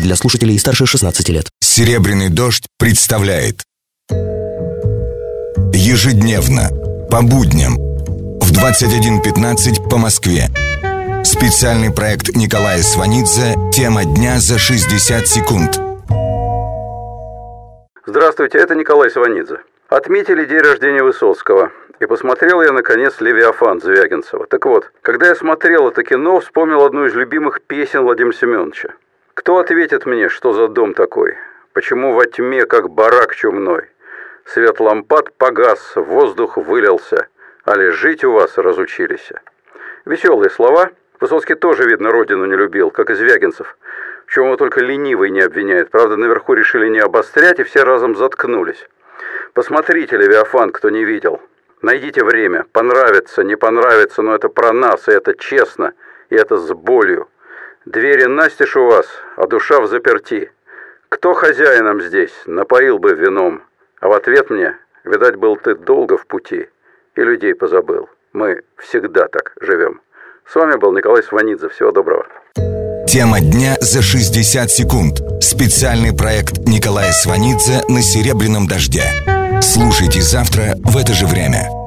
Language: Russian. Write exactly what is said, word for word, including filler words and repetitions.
для слушателей старше шестнадцати лет. «Серебряный дождь» представляет ежедневно, по будням, в двадцать один пятнадцать по Москве. Специальный проект Николая Сванидзе «Тема дня за шестьдесят секунд». Здравствуйте, это Николай Сванидзе. Отметили день рождения Высоцкого. И посмотрел я, наконец, «Левиафан» Звягинцева. Так вот, когда я смотрел это кино, вспомнил одну из любимых песен Владимира Семеновича. «Кто ответит мне, что за дом такой? Почему во тьме, как барак чумной? Свет лампад погас, воздух вылился, али жить у вас разучились?» Веселые слова. Высоцкий тоже, видно, родину не любил, как и Звягинцев. В чем его только ленивый не обвиняет. Правда, наверху решили не обострять, и все разом заткнулись. Посмотрите «Левиафан», кто не видел. Найдите время. Понравится, не понравится, но это про нас, и это честно, и это с болью. Двери настежь у вас, а душа взаперти. Кто хозяином здесь? Напоил бы вином. А в ответ мне: видать, был ты долго в пути и людей позабыл. Мы всегда так живем. С вами был Николай Сванидзе. Всего доброго. Тема дня за шестьдесят секунд. Специальный проект Николая Сванидзе на «Серебряном дожде». Слушайте завтра в это же время.